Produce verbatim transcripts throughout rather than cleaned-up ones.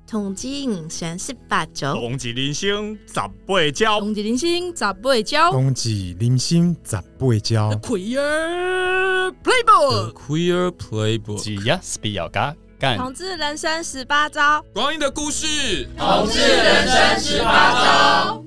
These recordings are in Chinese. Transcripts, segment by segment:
统计人生十八招， 统计人生十八招， 统计人生十八招， 统计人生十八招。 The Queer Playbook， The Queer Playbook， 只要是比较嘎干。 统治人生十八招， 光阴的故事， 统治人生十八招。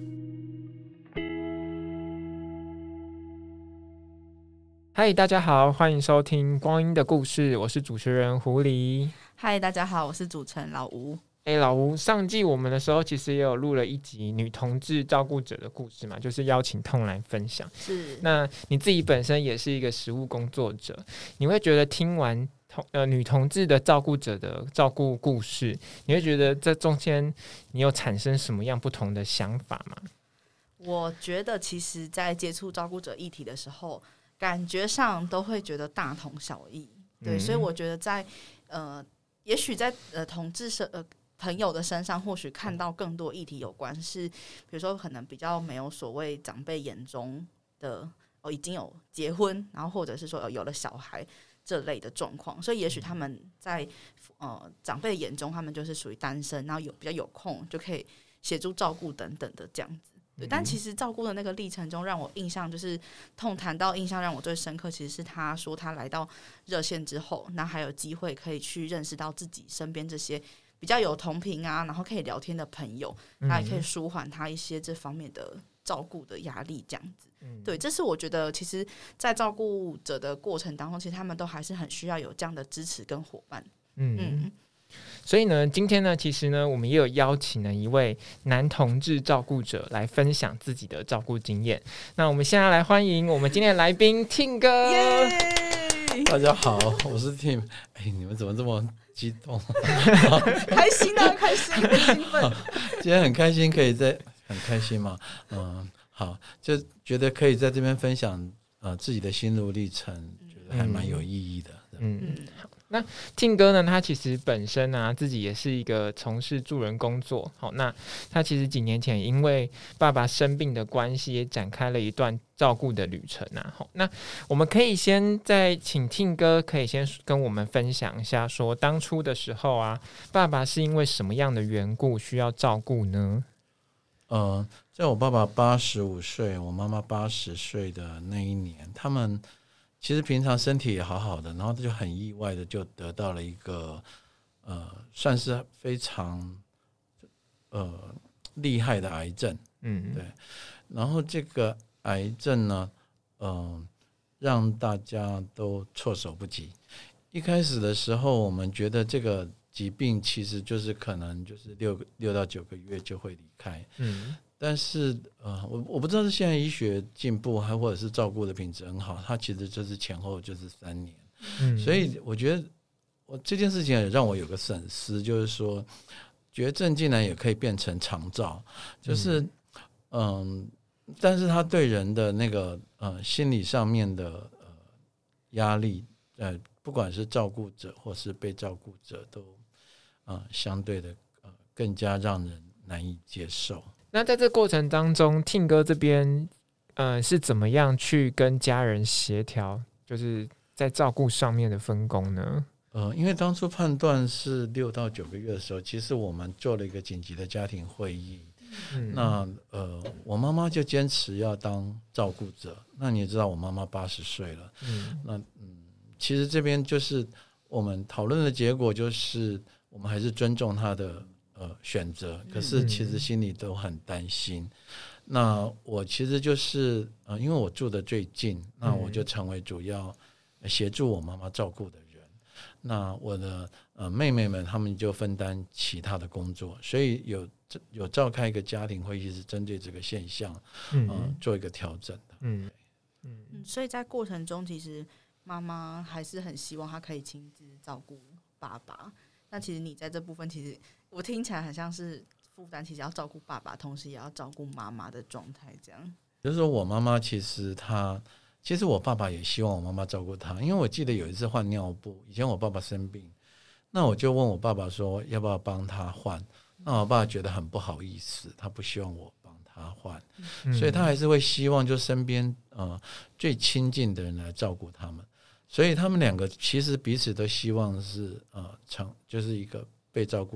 嗨，大家好，欢迎收听《光阴的故事》，我是主持人狐狸。 嗨，大家好，我是主持人老吴。 哎，老吴，上季我们的时候其实也有录了一集女同志照顾者的故事嘛，就是邀请痛来分享。 是， 那你自己本身也是一个实务工作者，你会觉得听完同呃女同志的照顾者的照顾故事，你会觉得这中间你有产生什么样不同的想法吗？ 我觉得其实在接触照顾者议题的时候，感觉上都会觉得大同小异，对，嗯、所以我觉得在呃，也许在呃同志社呃朋友的身上，或许看到更多议题有关是，比如说可能比较没有所谓长辈眼中的哦已经有结婚，然后或者是说、哦、有了小孩这类的状况，所以也许他们在呃长辈眼中，他们就是属于单身，然后有比较有空就可以协助照顾等等的这样子。对，但其实照顾的那个历程中，让我印象就是痛谈到印象让我最深刻，其实是他说他来到热线之后，那还有机会可以去认识到自己身边这些比较有同频啊，然后可以聊天的朋友，他也可以舒缓他一些这方面的照顾的压力，这样子。对，这是我觉得其实在照顾者的过程当中，其实他们都还是很需要有这样的支持跟伙伴。嗯。嗯， 所以呢，今天呢，其实呢，我们也有邀请了一位男同志照顾者来分享自己的照顾经验。那我们现在来欢迎我们今天的来宾 Tim 哥。 大家好，我是 Tim。哎，你们怎么这么激动？ 开心啊，开心，很兴奋。 今天很开心，可以在很开心嘛，嗯，好，就觉得可以在这边分享呃自己的心路历程，觉得还蛮有意义的。 嗯，嗯好。那Tim哥呢？他其实本身啊，自己也是一个从事助人工作。好，那他其实几年前因为爸爸生病的关系，也展开了一段照顾的旅程啊。好，那我们可以先再请Tim哥，可以先跟我们分享一下，说当初的时候啊，爸爸是因为什么样的缘故需要照顾呢？ 呃，在我爸爸八十五岁，我妈妈八十岁的那一年，他们其实平常身体也好好的，然后就很意外的就得到了一个呃，算是非常呃厉害的癌症，嗯，对。然后这个癌症呢，嗯、呃，让大家都措手不及。一开始的时候，我们觉得这个疾病其实就是可能就是六六到九个月就会离开，嗯。但是呃，我我不知道是现在医学进步，还或者是照顾的品质很好，它其实就是前后就是三年，嗯，所以我觉得我这件事情也让我有个省思，就是说绝症竟然也可以变成长照，就是嗯、呃，但是它对人的那个呃心理上面的呃压力，呃，不管是照顾者或是被照顾者都，呃、相对的呃更加让人难以接受。 那在这过程当中，Tim哥这边，呃，是怎么样去跟家人协调，就是在照顾上面的分工呢？ 呃，因为当初判断是六到九个月的时候，其实我们做了一个紧急的家庭会议。嗯、那呃，我妈妈就坚持要当照顾者。那你也知道，我妈妈八十岁了。嗯，那嗯，其实这边就是我们讨论的结果，就是我们还是尊重她的。呃，选择，可是其实心里都很担心。嗯、那我其实就是呃，因为我住的最近，那我就成为主要协助我妈妈照顾的人。那我的呃妹妹们，她们就分担其他的工作，所以有有召开一个家庭会议，是针对这个现象，嗯、呃，做一个调整的。嗯嗯，所以在过程中，其实妈妈还是很希望她可以亲自照顾爸爸。那其实你在这部分，其实我听起来很像是负担，其实要照顾爸爸，同时也要照顾妈妈的状态，这样。 就是说我妈妈其实她，其实我爸爸也希望我妈妈照顾她，因为我记得有一次换尿布，以前我爸爸生病，那我就问我爸爸说要不要帮他换，那我爸爸觉得很不好意思，他不希望我帮他换，嗯、所以他还是会希望就身边呃最亲近的人来照顾他们。所以他们两个其实彼此都希望是呃成就是一个被照顾者跟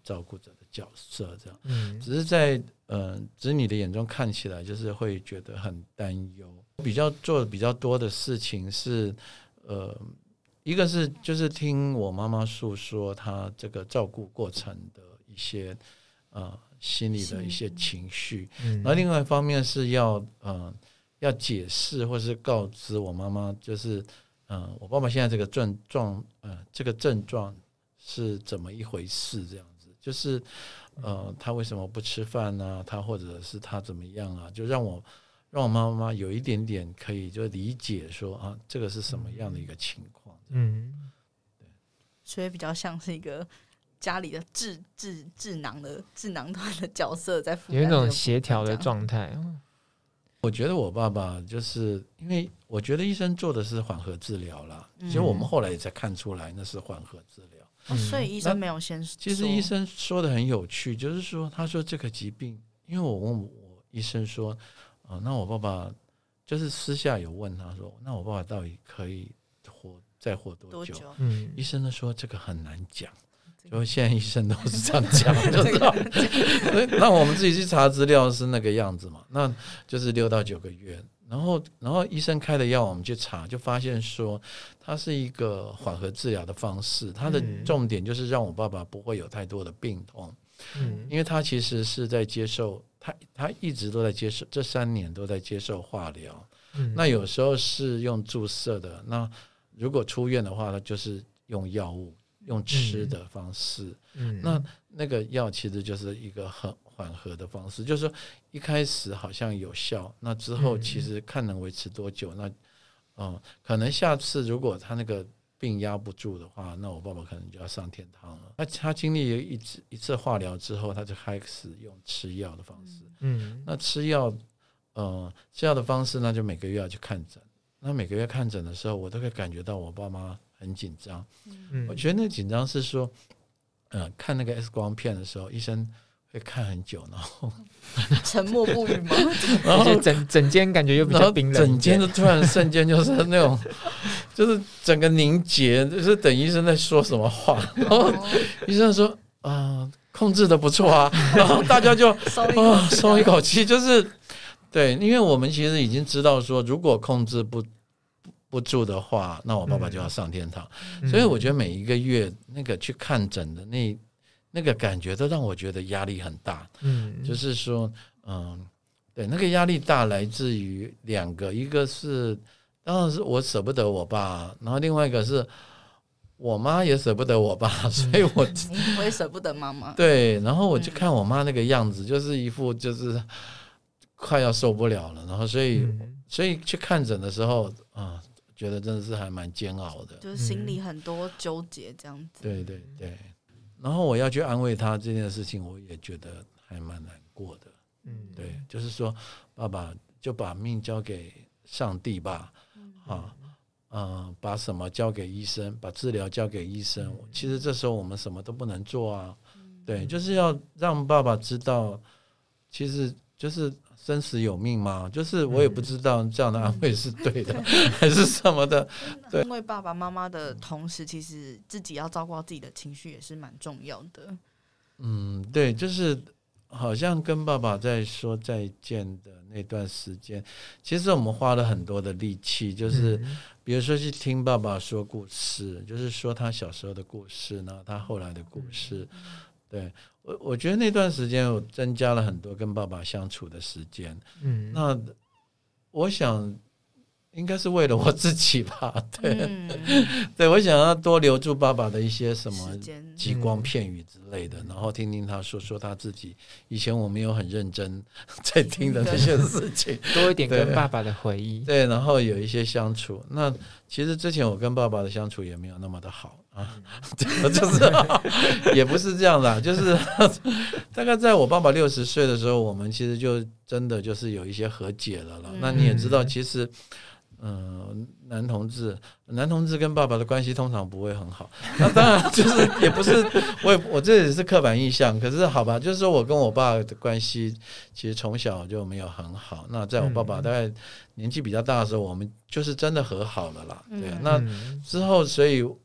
照顾者的角色，这样， 嗯， 只是在呃子女的眼中看起来就是会觉得很担忧。比较做的比较多的事情是，呃，一个是就是听我妈妈诉说她这个照顾过程的一些呃心里的一些情绪， 嗯， 然后另外一方面是要呃要解释或是告知我妈妈，就是呃我爸爸现在这个症状呃这个症状是怎么一回事，这样子，就是呃他为什么不吃饭啊，他或者是他怎么样啊，就让我让我妈妈有一点点可以就理解说啊这个是什么样的一个情况。 嗯， 对，所以比较像是一个家里的智智智囊的智囊团的角色在负担， 有一种协调的状态。 我觉得我爸爸就是因为我觉得医生做的是缓和治疗啦，其实我们后来也才看出来那是缓和治疗。 哦，所以医生没有先说。 其实医生说的很有趣，就是说他说这个疾病，因为我问我医生说，呃，那我爸爸就是私下有问他说，那我爸爸到底可以活再活多久？ 多久？ 嗯， 医生呢说这个很难讲。就现在医生都是这样讲，就知道。那我们自己去查资料是那个样子嘛，那就是六到九个月。然后，然后医生开的药，我们去查，就发现说，它是一个缓和治疗的方式。它的重点就是让我爸爸不会有太多的病痛，嗯，因为他其实是在接受，他他一直都在接受，这三年都在接受化疗。嗯，那有时候是用注射的，那如果出院的话，他就是用药物。用吃的方式，嗯，那那个药其实就是一个很缓和的方式，就是说一开始好像有效，那之后其实看能维持多久，那嗯，可能下次如果他那个病压不住的话，那我爸爸可能就要上天堂了。那他经历一次一次化疗之后，他就开始用吃药的方式，嗯，那吃药，呃，吃药的方式，那就每个月要去看诊。那每个月看诊的时候，我都会感觉到我爸妈很紧张。嗯，我觉得那个紧张是说，呃，看那个 X 光片的时候，医生会看很久，然后沉默不语吗？ 然后整整间感觉又比较冰冷， 整间就突然瞬间就是那种，就是整个凝结，就是等医生在说什么话，然后医生说啊、呃，控制的不错啊，然后大家就啊松一口气，就是对，因为我们其实已经知道说，如果控制不不住的话，那我爸爸就要上天堂。嗯，所以我觉得每一个月那个去看诊的那那个感觉，都让我觉得压力很大。嗯，就是说，嗯，对，那个压力大来自于两个，一个是当然是我舍不得我爸，然后另外一个是我妈也舍不得我爸，所以我我也舍不得妈妈。 对，然后我就看我妈那个样子，就是一副就是快要受不了了，然后所以、嗯、所以去看诊的时候啊。觉得真的是还蛮煎熬的， 就是心里很多纠结这样子。 对对对，然后我要去安慰他这件事情，我也觉得还蛮难过的。嗯，对，就是说爸爸就把命交给上帝吧，嗯、啊，呃，把什么交给医生，把治疗交给医生。嗯、其实这时候我们什么都不能做啊。嗯、对，就是要让爸爸知道，其实就是。生死有命吗？就是我也不知道这样的安慰是对的、嗯、还是什么的。对， 因为爸爸妈妈的同时，其实自己要照顾到自己的情绪也是蛮重要的。 嗯，对，就是好像跟爸爸在说再见的那段时间，其实我们花了很多的力气，就是比如说去听爸爸说故事，就是说他小时候的故事，然后他后来的故事。对，我我觉得那段时间我增加了很多跟爸爸相处的时间。嗯，那我想应该是为了我自己吧。对，嗯、对，我想要多留住爸爸的一些什么极光片语之类的，嗯、然后听听他说说他自己以前我没有很认真在听的那些事情， 多一点跟爸爸的回忆。 对，然后有一些相处。那其实之前我跟爸爸的相处也没有那么的好。啊，就是也不是这样啦，就是大概在我爸爸六十岁的时候，我们其实就真的就是有一些和解了啦。嗯、那你也知道，其实，嗯、呃，男同志，男同志跟爸爸的关系通常不会很好。那当然就是也不是，我也我这也是刻板印象。可是好吧，就是说我跟我爸的关系其实从小就没有很好。那在我爸爸大概年纪比较大的时候，我们就是真的和好了啦。对，嗯、那之后所以。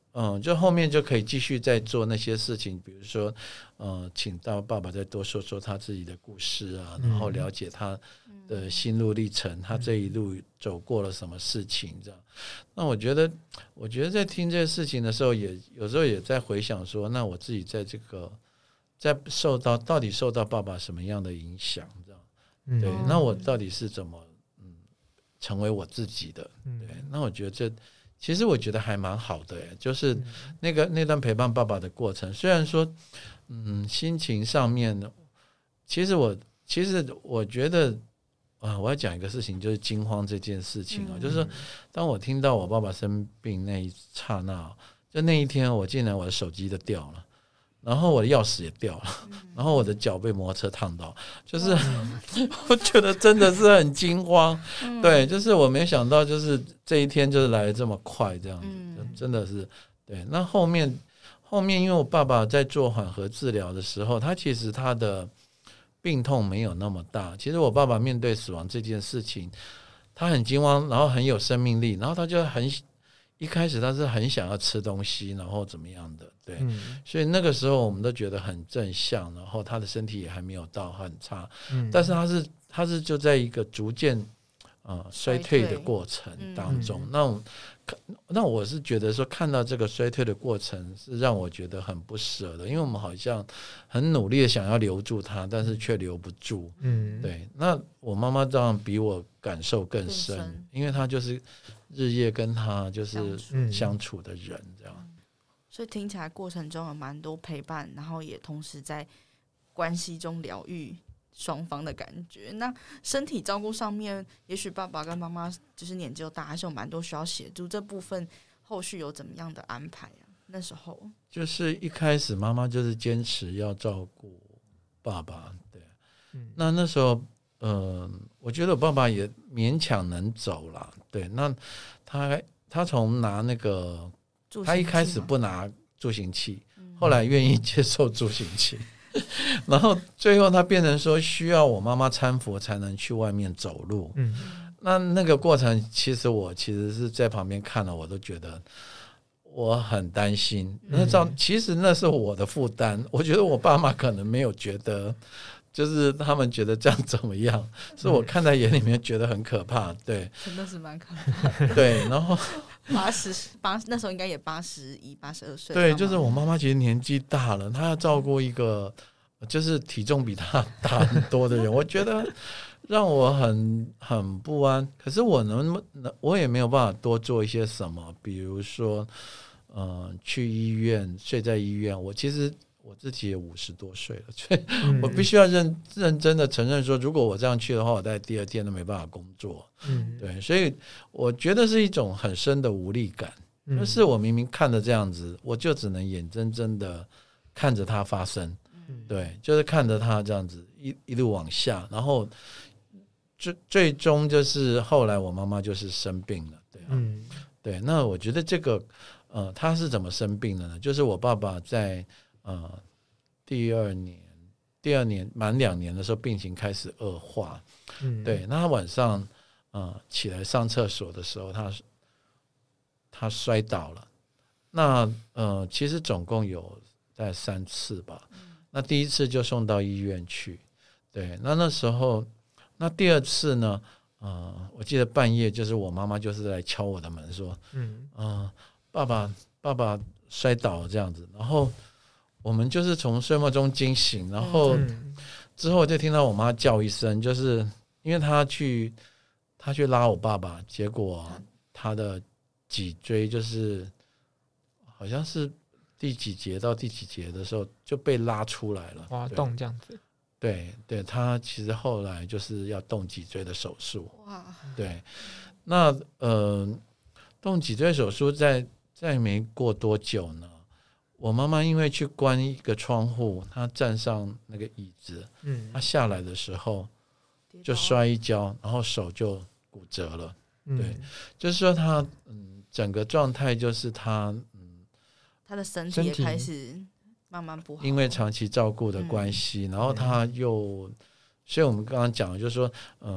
嗯，就后面就可以继续再做那些事情，比如说，呃，请到爸爸再多说说他自己的故事啊，然后了解他的心路历程，他这一路走过了什么事情，这样。那我觉得，我觉得在听这些事情的时候也，也有时候也在回想说，那我自己在这个，在受到到底受到爸爸什么样的影响，这样。 嗯、 对，那我到底是怎么嗯成为我自己的？对，那我觉得这。其实我觉得还蛮好的，就是那个那段陪伴爸爸的过程，虽然说，嗯，心情上面，其实我其实我觉得啊，我要讲一个事情，就是惊慌这件事情啊，嗯、就是说，当我听到我爸爸生病那一刹那，就那一天，我竟然我的手机都掉了。然后我的钥匙也掉了，然后我的脚被摩托车烫到，就是我觉得真的是很惊慌，对，就是我没想到，就是这一天就是来得这么快，这样子，真的是对。那后面后面，因为我爸爸在做缓和治疗的时候，他其实他的病痛没有那么大。其实我爸爸面对死亡这件事情，他很惊慌，然后很有生命力，然后他就很。一开始他是很想要吃东西，然后怎么样的，对，嗯、所以那个时候我们都觉得很正向，然后他的身体也还没有到很差，嗯、但是他是他是就在一个逐渐呃衰退的过程当中，嗯、那我那我是觉得说看到这个衰退的过程是让我觉得很不舍的，因为我们好像很努力的想要留住他，但是却留不住，嗯，对。那我妈妈当然比我感受更深，更深因为她就是日夜跟他就是相处的人，这样、嗯。 所以听起来过程中有蛮多陪伴，然后也同时在关系中疗愈双方的感觉。那身体照顾上面，也许爸爸跟妈妈就是年纪又大，还是有蛮多需要协助。这部分后续有怎么样的安排啊？那时候就是一开始妈妈就是坚持要照顾爸爸，对，嗯、那那时候。嗯，我觉得我爸爸也勉强能走了，对。那他他从拿那个，他一开始不拿助行器，嗯、后来愿意接受助行器，然后最后他变成说需要我妈妈搀扶才能去外面走路。嗯，那那个过程，其实我其实是在旁边看了，我都觉得我很担心。那照其实那是我的负担，我觉得我爸妈可能没有觉得。就是他们觉得这样怎么样，是我看在眼里面觉得很可怕，对， 真的是蛮可怕的。 对，然后八十八那时候应该也八十一、八十二岁。 对，就是我妈妈其实年纪大了，她要照顾一个就是体重比她大很多的人，我觉得让我很很不安。可是我能，我也没有办法多做一些什么，比如说，呃，去医院睡在医院，我其实。我自己也五十多岁了，所以我必须要认认真的承认说，如果我这样去的话，我在第二天都没办法工作。嗯，对，所以我觉得是一种很深的无力感，嗯、就是我明明看着这样子，我就只能眼睁睁的看着它发生。嗯、对，就是看着它这样子一一路往下，然后最最终就是后来我妈妈就是生病了，对、啊嗯、对，那我觉得这个呃，她是怎么生病的呢？就是我爸爸在。呃，第二年，第二年满两年的时候，病情开始恶化。嗯，对。那他晚上，呃，起来上厕所的时候，他他摔倒了。那呃，其实总共有大概三次吧。那第一次就送到医院去，对。那那时候，那第二次呢？呃，我记得半夜就是我妈妈就是来敲我的门说，嗯，呃，爸爸爸爸摔倒了这样子，然后。我们就是从睡梦中惊醒，然后之后就听到我妈叫一声，就是因为她去她去拉我爸爸，结果她的脊椎就是好像是第几节到第几节的时候就被拉出来了， 滑动这样子。 对对，她其实后来就是要动脊椎的手术。哇，对，那呃，动脊椎手术在在没过多久呢？我妈妈因为去关一个窗户，她站上那个椅子，嗯，她下来的时候就摔一跤，然后手就骨折了。嗯、对，就是说她嗯，整个状态就是她嗯， 她的身体也开始慢慢不好， 因为长期照顾的关系，嗯、然后她又，所以我们刚刚讲的就是说，嗯、呃，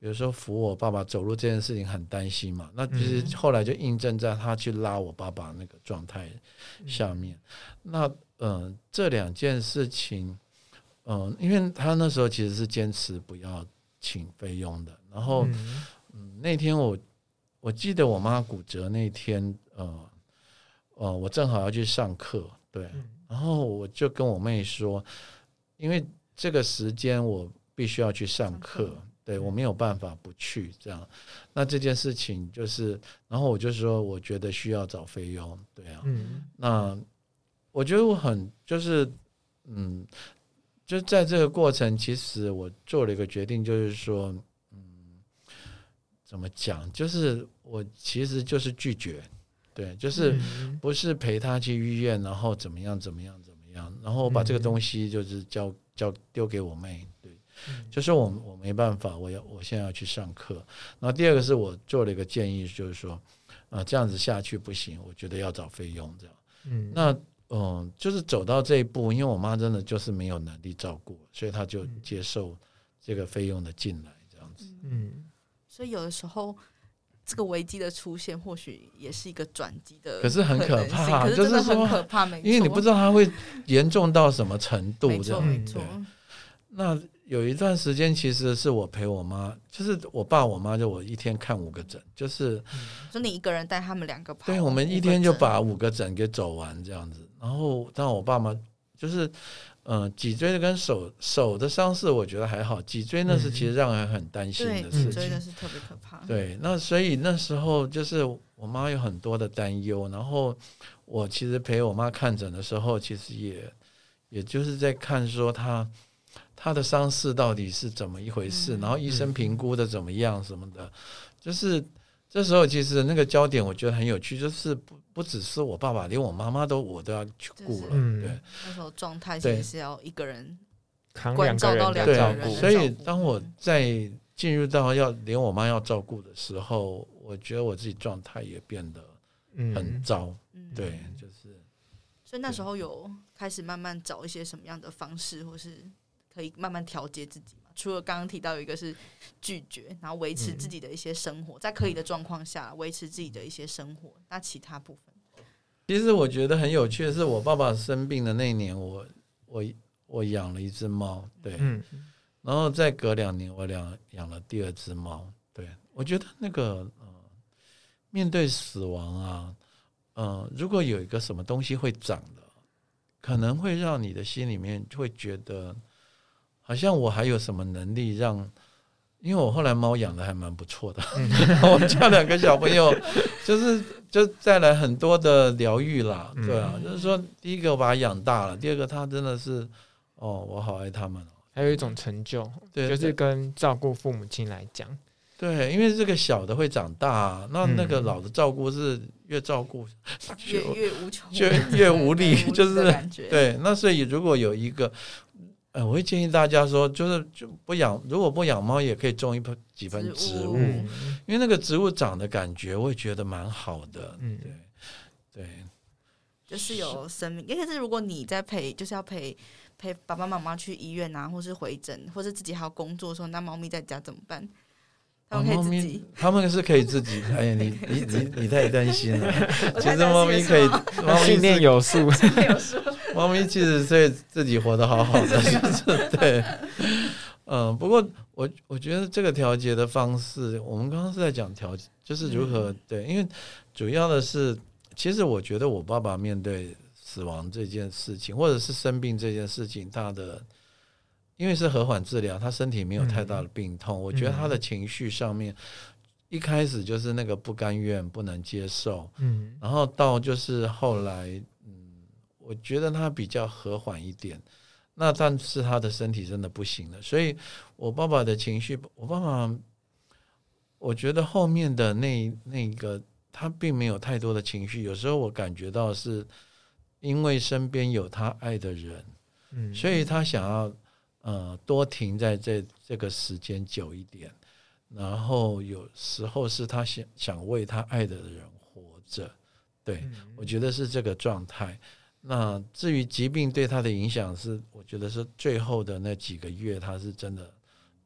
比如说扶我爸爸走路这件事情很担心嘛，那其实后来就印证在他去拉我爸爸那个状态下面。嗯、那嗯、呃，这两件事情，嗯、呃，因为他那时候其实是坚持不要请费用的，然后嗯、呃，那天我我记得我妈骨折那天，呃呃，我正好要去上课，对，然后我就跟我妹说，因为这个时间我必须要去上课。对，我没有办法不去这样，那这件事情就是，然后我就说，我觉得需要找费用，对啊，嗯，那我觉得我很就是，嗯，就在这个过程，其实我做了一个决定，就是说，嗯，怎么讲，就是我其实就是拒绝，对，就是不是陪他去医院，然后怎么样怎么样怎么样，然后我把这个东西就是交交丢给我妹，对。就是我我没办法，我要我现在要去上课。然后第二个是我做了一个建议，就是说，啊、呃，这样子下去不行，我觉得要找费用这样。嗯，那嗯、呃，就是走到这一步，因为我妈真的就是没有能力照顾，所以她就接受这个费用的进来这样子。嗯， 所以有的时候这个危机的出现，或许也是一个转机的， 可是很可怕， 可是真的很可怕，没错， 因为你不知道它会严重到什么程度这样。 没错，没错。 那有一段时间，其实是我陪我妈，就是我爸我妈，就我一天看五个诊，就是说你一个人带他们两个跑， 对，我们一天就把五个诊给走完这样子。然后，当然我爸妈就是，呃，脊椎的跟手手的伤势，我觉得还好，脊椎那是其实让人很担心的事情， 脊椎那是特别可怕。 对，那所以那时候就是我妈有很多的担忧，然后我其实陪我妈看诊的时候，其实也也就是在看说她。他的伤势到底是怎么一回事？然后医生评估的怎么样什么的，就是这时候其实那个焦点我觉得很有趣，就是不不只是我爸爸，连我妈妈都我都要去顾了。对， 那时候状态其实是要一个人关照到两个人， 对，所以当我在进入到要连我妈要照顾的时候，我觉得我自己状态也变得很糟。对，就是。 所以那时候有开始慢慢找一些什么样的方式，或是可以慢慢调节自己嘛？除了刚刚提到有一个是拒绝，然后维持自己的一些生活，嗯、在可以的状况下维持自己的一些生活。那其他部分， 其实我觉得很有趣的是，我爸爸生病的那一年，我我我养了一只猫，对，嗯、然后再隔两年，我养养了第二只猫，对，我觉得那个呃，面对死亡啊，呃，如果有一个什么东西会长的，可能会让你的心里面会觉得。好像我还有什么能力让，因为我后来猫养的还蛮不错的，嗯、我家两个小朋友就是就带来很多的疗愈啦，对啊，嗯、就是说第一个我把它养大了，第二个它真的是哦，我好爱他们哦， 还有一种成就，对，就是跟照顾父母亲来讲， 对，因为这个小的会长大，啊，那那个老的照顾是越照顾越越无穷， 就越无力，就是对，那所以如果有一个。呃，我会建议大家说，就是就不养，如果不养猫，也可以种一几盆植物，嗯、因为那个植物长的感觉，我也觉得蛮好的。嗯，对，对， 就是有生命。尤其是如果你在陪，就是要陪陪爸爸妈妈去医院啊，或是回诊，或是自己还要工作的时候，那猫咪在家怎么办？他们可以自己， 哦、他们是可以自己。哎呀，你你你你太担心了。其实猫咪可以，猫咪训练有素， 有素。 猫咪其实是自己活得好好的，就是对。嗯，不过我我觉得这个调节的方式，我们刚刚是在讲调节，就是如何、嗯、对，因为主要的是，其实我觉得我爸爸面对死亡这件事情，或者是生病这件事情，他的。因为是和缓治疗，他身体没有太大的病痛，嗯、我觉得他的情绪上面，一开始就是那个不甘愿、不能接受，嗯，然后到就是后来，嗯，我觉得他比较和缓一点，那但是他的身体真的不行了，所以我爸爸的情绪，我爸爸，我觉得后面的那那个他并没有太多的情绪，有时候我感觉到是因为身边有他爱的人，嗯，所以他想要。呃，多停在这这个时间久一点，然后有时候是他想想为他爱的人活着，对、嗯、我觉得是这个状态。那至于疾病对他的影响是，我觉得是最后的那几个月，他是真的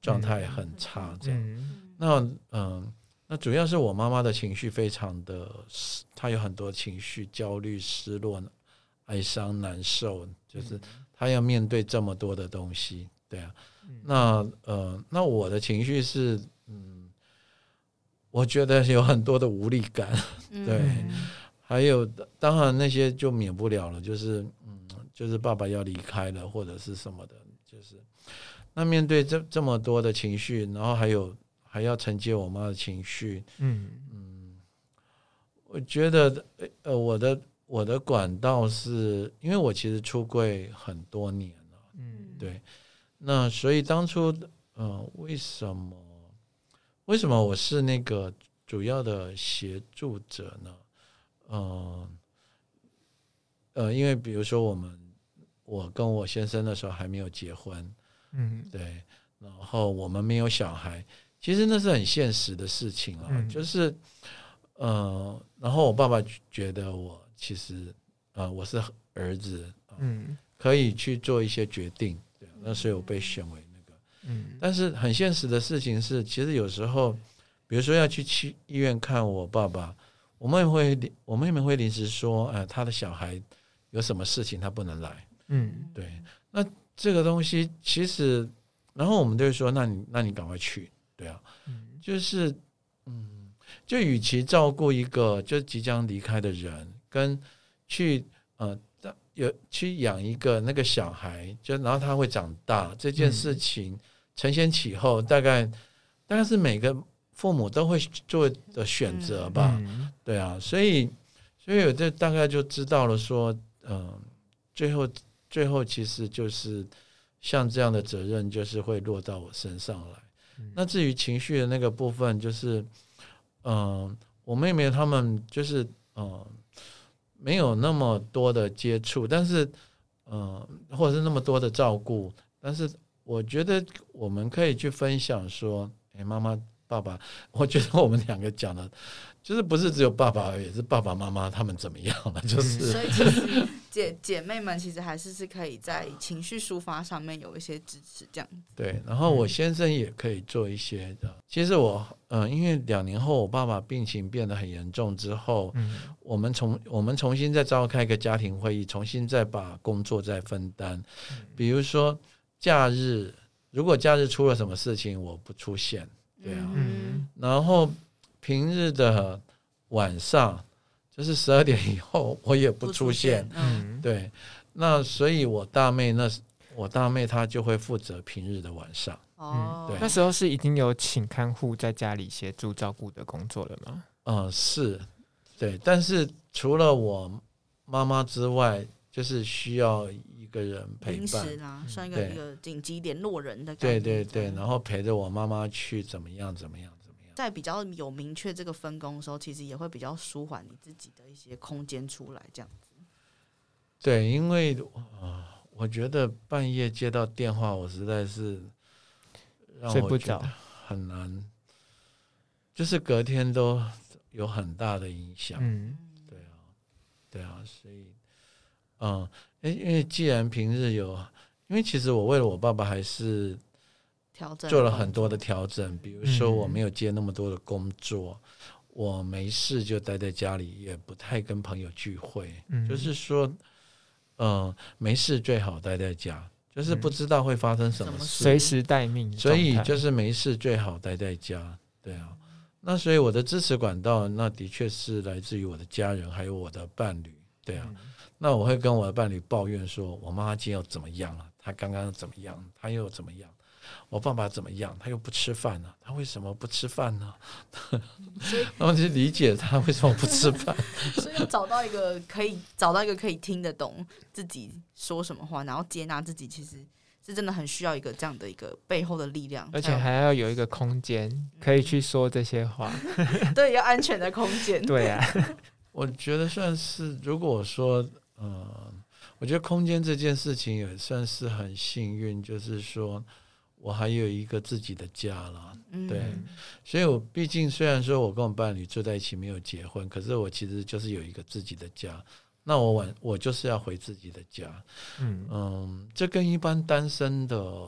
状态很差这样。 嗯、 那嗯、呃，那主要是我妈妈的情绪非常的，她有很多情绪，焦虑、失落、哀伤、难受，就是她要面对这么多的东西，对啊。嗯、那呃，那我的情绪是，嗯，我觉得有很多的无力感，对。嗯，还有，当然那些就免不了了，就是嗯，就是爸爸要离开了，或者是什么的，就是那面对这这么多的情绪，然后还有还要承接我妈的情绪，嗯嗯，我觉得呃，我的我的管道是因为我其实出柜很多年了，嗯，对，那所以当初呃，为什么为什么我是那个主要的协助者呢？呃呃，因为比如说我们，我跟我先生的时候还没有结婚，嗯，对，然后我们没有小孩，其实那是很现实的事情啊，嗯、就是呃，然后我爸爸觉得我其实呃我是儿子，呃、嗯，可以去做一些决定，对，那所以我被选为那个，嗯，但是很现实的事情是，其实有时候，比如说要去去医院看我爸爸。我妹妹会，我妹妹会临时说，呃，她的小孩有什么事情，她不能来。嗯，对。那这个东西其实，然后我们就会说，那你那你赶快去，对啊。嗯、就是，嗯，就与其照顾一个就即将离开的人，跟去呃有去养一个那个小孩，就然后他会长大这件事情承先启后，大概大概是每个父母都会做的选择吧，嗯、对啊，所以所以我这大概就知道了说，嗯、呃，最后最后其实就是像这样的责任就是会落到我身上来。嗯、那至于情绪的那个部分，就是嗯、呃，我妹妹他们就是嗯、呃，没有那么多的接触，但是嗯、呃，或者是那么多的照顾，但是我觉得我们可以去分享说，哎，妈妈。爸爸，我觉得我们两个讲的，就是不是只有爸爸而已，是爸爸妈妈他们怎么样了，就是。 所以其实姐姐妹们其实还是是可以在情绪抒发上面有一些支持，这样子。 对，然后我先生也可以做一些的。其实我，呃，因为两年后我爸爸病情变得很严重之后，嗯、我们重我们重新再召开一个家庭会议，重新再把工作再分担，嗯、比如说假日，如果假日出了什么事情，我不出现。对啊，嗯、然后平日的晚上就是十二点以后我也不出现，嗯、对，那所以我大妹那我大妹她就会负责平日的晚上。 哦，对，那时候是已经有请看护在家里协助照顾的工作了吗？ 嗯，是，对，但是除了我妈妈之外，就是需要一个人陪伴，临时啦，算一个一个紧急联络人的概念。对对对，然后陪着我妈妈去怎么样怎么样怎么样。 在比较有明确这个分工的时候，其实也会比较舒缓你自己的一些空间出来，这样子。 对，因为呃，我觉得半夜接到电话，我实在是让我觉得很难，就是隔天都有很大的影响。嗯，对啊，对啊，所以。嗯，因为既然平日有，因为其实我为了我爸爸还是做了很多的调整，比如说我没有接那么多的工作，嗯、我没事就待在家里，也不太跟朋友聚会，嗯、就是说，嗯，没事最好待在家，就是不知道会发生什么事， 随时待命， 所以就是没事最好待在家，对啊。那所以我的支持管道，那的确是来自于我的家人，还有我的伴侣，对啊。嗯，那我会跟我的伴侣抱怨说，我妈妈今天又怎么样了？她刚刚怎么样？她又怎么样？我爸爸怎么样？他又不吃饭呢？他为什么不吃饭呢？然后就理解他为什么不吃饭。 所以要找到一个可以找到一个可以听得懂自己说什么话，然后接纳自己，其实是真的很需要一个这样的一个背后的力量， 而且还要有一个空间可以去说这些话。 对，要安全的空间。 对啊， 我觉得算是，如果说。嗯，我觉得空间这件事情也算是很幸运，就是说我还有一个自己的家了，嗯、对，所以我毕竟虽然说我跟我伴侣住在一起没有结婚，可是我其实就是有一个自己的家，那我晚我就是要回自己的家，嗯嗯，这跟一般单身的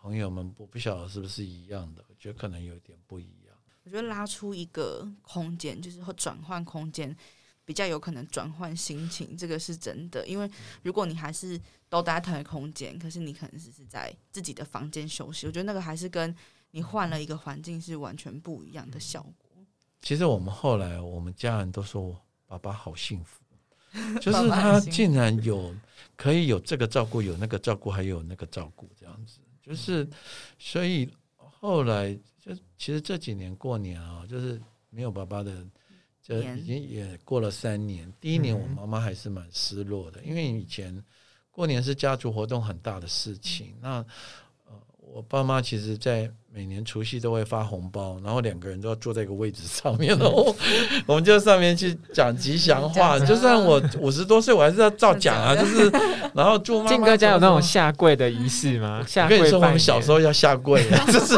朋友们，我不晓得是不是一样的，我觉得可能有点不一样。 我觉得拉出一个空间，就是会转换空间，比较有可能转换心情，这个是真的。因为如果你还是都待在同一个空间，可是你可能只是在自己的房间休息，我觉得那个还是跟你换了一个环境是完全不一样的效果。 其实我们后来，我们家人都说爸爸好幸福，就是他竟然有可以有这个照顾，有那个照顾，还有那个照顾，这样子。就是所以后来就其实这几年过年啊，就是没有爸爸的，就已经也过了三年。第一年我妈妈还是蛮失落的，因为以前过年是家族活动很大的事情。那我爸妈其实在每年除夕都会发红包，然后两个人都要坐在一个位置上面，然后我们就上面去讲吉祥话。就算我五十多岁，我还是要照讲啊，就是然后祝妈妈。 靖哥家有那种下跪的仪式吗？下跪。 我跟你说，我们小时候要下跪，就是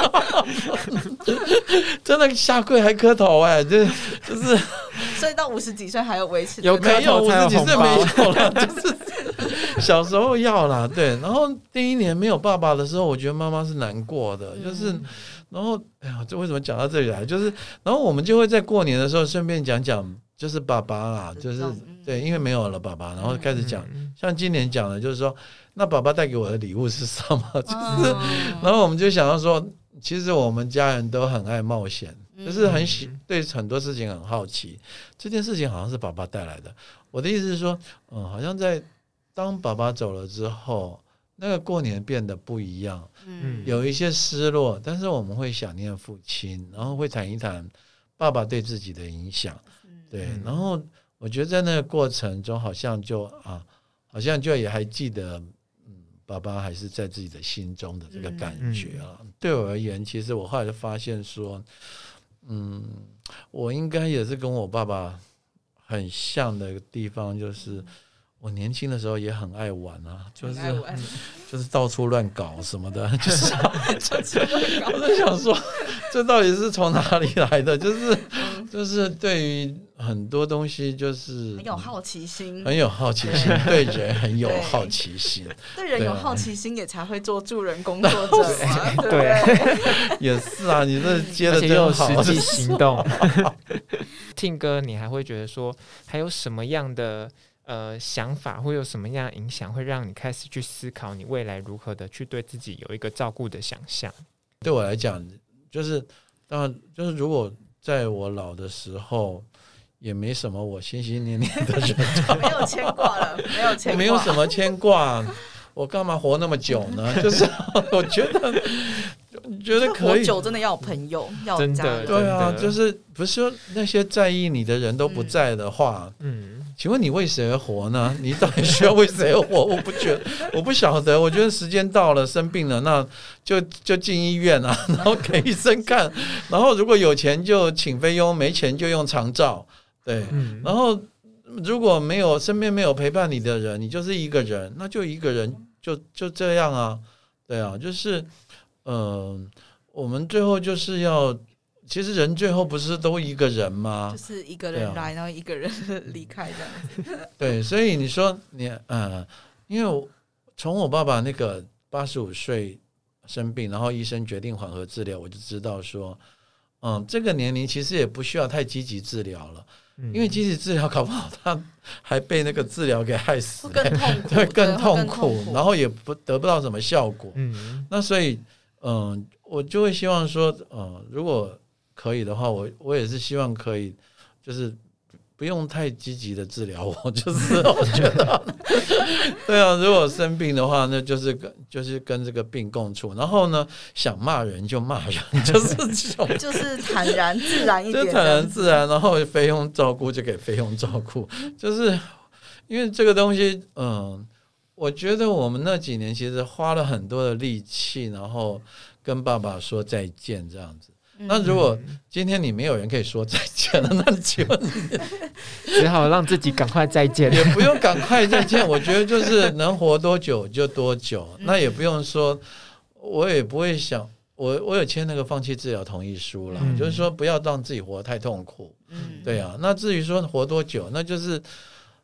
真的下跪还磕头哎、欸，就就是。 所以到五十几岁还有维持？ 有没有？五十几岁没有了，就是。小时候要啦，对，然后第一年没有爸爸的时候，我觉得妈妈是难过的，就是，然后哎呀，这为什么讲到这里来？就是，然后我们就会在过年的时候顺便讲讲，就是爸爸啦，就是对，因为没有了爸爸，然后开始讲，像今年讲的，就是说，那爸爸带给我的礼物是什么？就是，然后我们就想到说，其实我们家人都很爱冒险，就是很喜对很多事情很好奇，这件事情好像是爸爸带来的。我的意思是说，嗯，好像在。当爸爸走了之后，那个过年变得不一样，嗯，有一些失落，但是我们会想念父亲，然后会谈一谈爸爸对自己的影响，对，然后我觉得在那个过程中，好像就啊，好像就也还记得，嗯，爸爸还是在自己的心中的这个感觉啊。嗯、对我而言，其实我后来就发现说，嗯，我应该也是跟我爸爸很像的地方，就是我年轻的时候也很爱玩啊，就是就是到处乱搞什么的，就是我在想说，这到底是从哪里来的？就是就是对于很多东西，就是很有好奇心， 很有好奇心，对人很有好奇心， 对人有好奇心也才会做助人工作者嘛，对不对？ 也是啊，你这接的真好， 实际行动。Tim 哥，你还会觉得说，还有什么样的？呃，想法会有什么样的影响，会让你开始去思考你未来如何的去对自己有一个照顾的想象？ 对我来讲，就是当然，就是如果在我老的时候，也没什么我心心念念的人， 没有牵挂了，没有牵挂， 没有什么牵挂，我干嘛活那么久呢？就是我觉得。觉得可以， 活久真的要有朋友，要有家人。 对啊，就是不是说那些在意你的人都不在的话，嗯，请问你为谁而活呢？你到底需要为谁而活？我不觉得，我不晓得。我觉得时间到了，生病了，那就就进医院啊，然后给医生看，然后如果有钱就请菲佣，没钱就用长照，对，嗯、然后如果没有身边没有陪伴你的人，你就是一个人，那就一个人就就这样啊，对啊，就是。嗯、呃，我们最后就是要，其实人最后不是都一个人吗？ 就是一个人来，啊、然后一个人离开这样子。对， 所以你说你呃，因为我从我爸爸那个八十五岁生病，然后医生决定缓和治疗，我就知道说，嗯，这个年龄其实也不需要太积极治疗了。因为积极治疗搞不好他还被那个治疗给害死， 更痛苦， 对，更痛苦，然后也不得不到什么效果。嗯，那所以，嗯、呃，我就会希望说，呃，如果可以的话，我我也是希望可以，就是不用太积极的治疗我，就是我觉得，对啊，如果生病的话，那就是跟就是跟这个病共处，然后呢，想骂人就骂人，就是这种， 就是坦然自然一点， 就坦然自然，然后菲佣照顾就给菲佣照顾，就是因为这个东西，嗯，我觉得我们那几年其实花了很多的力气，然后跟爸爸说再见这样子。那如果今天你没有人可以说再见了，那请问你只好让自己赶快再见， 也不用赶快再见。我觉得就是能活多久就多久，那也不用说，我也不会想，我我有签那个放弃治疗同意书了，嗯、就是说不要让自己活得太痛苦。嗯，对啊。那至于说活多久，那就是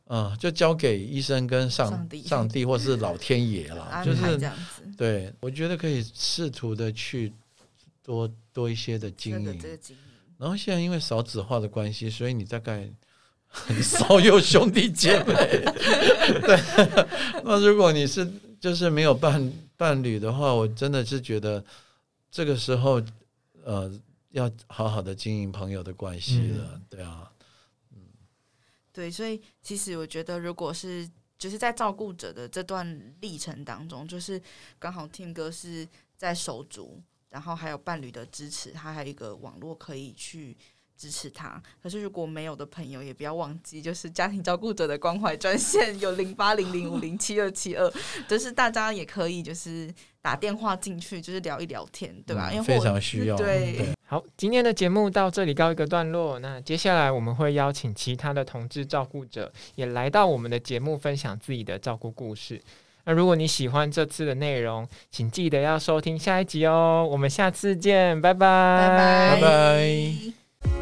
呃，就交给医生跟上上帝上帝或是老天爷啦，就是这样子。 对，我觉得可以试图的去多多一些的经营。这个这个经营。然后现在因为少子化的关系，所以你大概很少有兄弟姐妹。对，那如果你是就是没有伴伴侣的话，我真的是觉得这个时候呃要好好的经营朋友的关系了。嗯、对啊。 对，所以其实我觉得，如果是就是在照顾者的这段历程当中，就是刚好 Tim 哥是在手足，然后还有伴侣的支持，他还有一个网络可以去支持他。可是如果没有的朋友，也不要忘记，就是家庭照顾者的关怀专线有零八零零五零七二七二，就是大家也可以就是打电话进去，就是聊一聊天，对吧？嗯、因为非常需要。 对。 对好，今天的节目到这里告一个段落。那接下来我们会邀请其他的同志照顾者也来到我们的节目，分享自己的照顾故事。那如果你喜欢这次的内容，请记得要收听下一集哦。我们下次见，拜拜， 拜拜， 拜拜。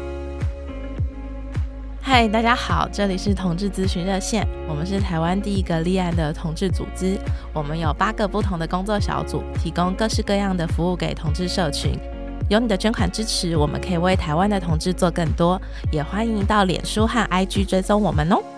嗨，大家好，这里是同志咨询热线，我们是台湾第一个立案的同志组织，我们有八个不同的工作小组，提供各式各样的服务给同志社群。有你的捐款支持，我们可以为台湾的同志做更多，也欢迎到脸书和 I G 追踪我们哦。